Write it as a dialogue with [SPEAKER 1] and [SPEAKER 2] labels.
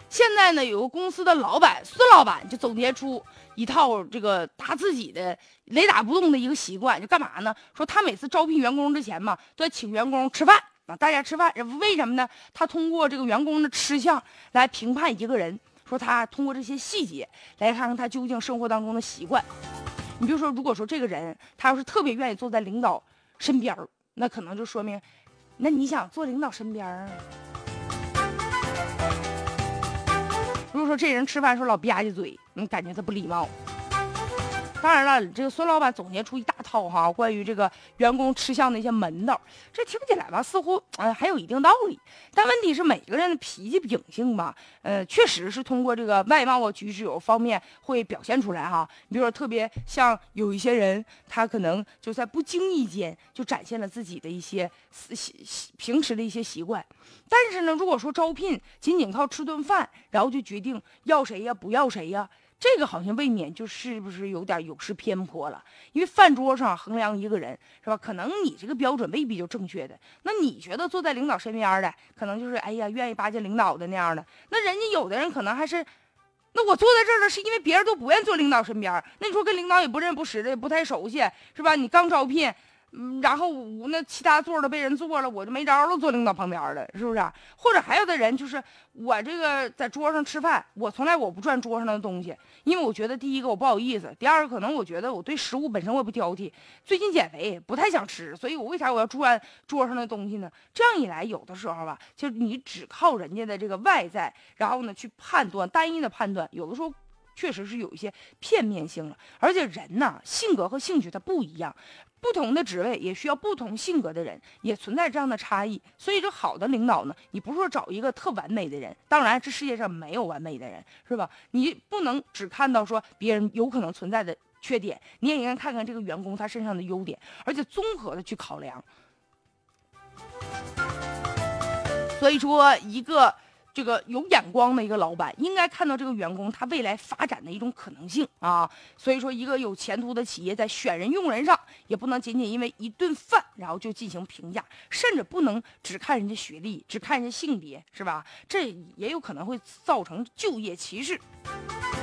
[SPEAKER 1] 现在呢，有个公司的老板孙老板就总结出一套这个他自己的雷打不动的一个习惯，就干嘛呢？说他每次招聘员工之前嘛，都要请员工吃饭啊，大家吃饭。为什么呢？他通过这个员工的吃相来评判一个人，说他通过这些细节来看看他究竟生活当中的习惯。你比如说，如果说这个人他要是特别愿意坐在领导身边，那可能就说明，那你想坐领导身边啊？如果说这人吃饭时候老吧唧嘴，你感觉他不礼貌。当然了，这个孙老板总结出一大套关于这个员工吃相的一些门道，这听起来吧似乎还有一定道理。但问题是每个人的脾气秉性吧，确实是通过这个外貌举止有方面会表现出来你比如说特别像有一些人，他可能就在不经意间就展现了自己的一些平时的一些习惯。但是呢，如果说招聘仅仅靠吃顿饭，然后就决定要谁呀不要谁呀，这个好像未免就是不是有点有失偏颇了。因为饭桌上衡量一个人是吧，可能你这个标准未必就正确的。那你觉得坐在领导身边的可能就是哎呀愿意巴结领导的那样的，那人家有的人可能还是，那我坐在这儿了是因为别人都不愿意坐领导身边，那你说跟领导也不认不识的，也不太熟悉是吧？你刚招聘然后那其他座都被人坐了，我就没招了，坐领导旁边了，是不是啊？或者还有的人就是我这个在桌上吃饭，我从来我不转桌上的东西，因为我觉得第一个我不好意思，第二个可能我觉得我对食物本身我也不挑剔，最近减肥不太想吃，所以我为啥我要转桌上的东西呢？这样一来，有的时候吧，就是你只靠人家的这个外在，然后呢去判断单一的判断，有的时候确实是有一些片面性了。而且人呐，性格和兴趣它不一样。不同的职位也需要不同性格的人，也存在这样的差异。所以这好的领导呢，你不是说找一个特完美的人，当然这世界上没有完美的人，是吧？你不能只看到说别人有可能存在的缺点，你也应该看看这个员工他身上的优点，而且综合的去考量。所以说一个这个有眼光的一个老板，应该看到这个员工他未来发展的一种可能性啊。所以说，一个有前途的企业在选人用人上，也不能仅仅因为一顿饭然后就进行评价，甚至不能只看人家学历，只看人家性别，是吧？这也有可能会造成就业歧视。